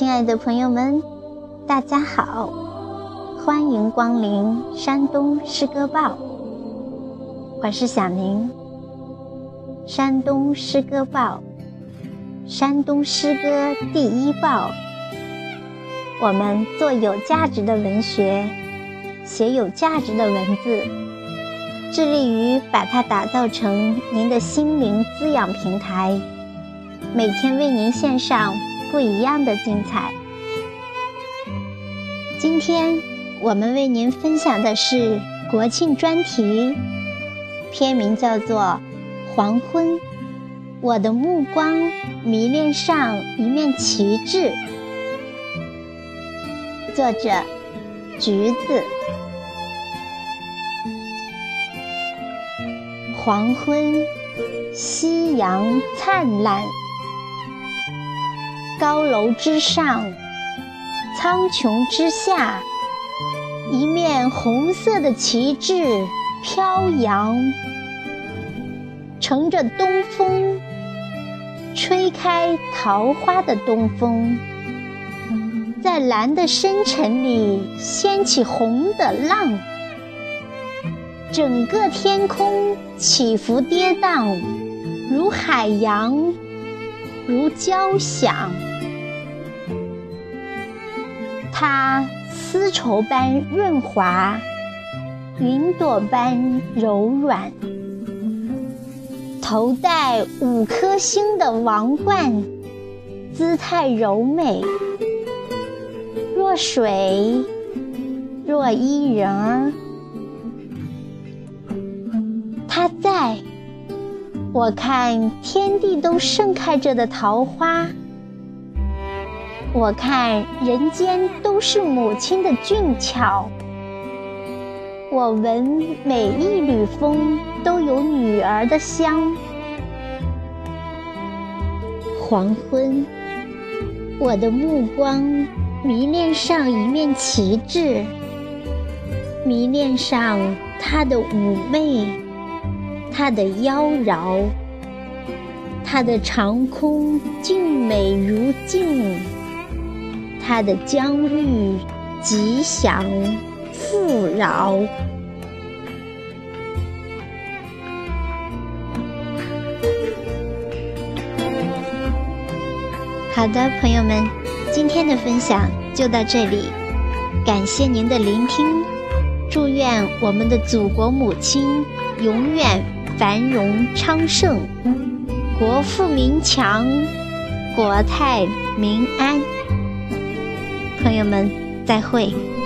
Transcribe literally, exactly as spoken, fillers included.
亲爱的朋友们，大家好，欢迎光临山东诗歌报，我是小宁。山东诗歌报，山东诗歌第一报，我们做有价值的文学，写有价值的文字，致力于把它打造成您的心灵滋养平台，每天为您献上不一样的精彩。今天我们为您分享的是国庆专题，篇名叫做黄昏，我的目光迷恋上一面旗帜。作者橘子。黄昏，夕阳灿烂，高楼之上，苍穹之下，一面红色的旗帜飘扬，乘着东风，吹开桃花的东风，在蓝的深沉里掀起红的浪，整个天空起伏跌宕，如海洋，如交响。它丝绸般润滑，云朵般柔软，头戴五颗星的王冠，姿态柔美，若水，若伊人儿。它在，我看天地都盛开着的桃花，我看人间都是母亲的俊俏，我闻每一缕风都有女儿的香。黄昏，我的目光迷恋上一面旗帜，迷恋上她的妩媚，她的妖娆，她的长空静美如镜，她的疆域吉祥富饶。好的，朋友们，今天的分享就到这里，感谢您的聆听，祝愿我们的祖国母亲永远繁荣昌盛，国富民强，国泰民安。朋友们，再会。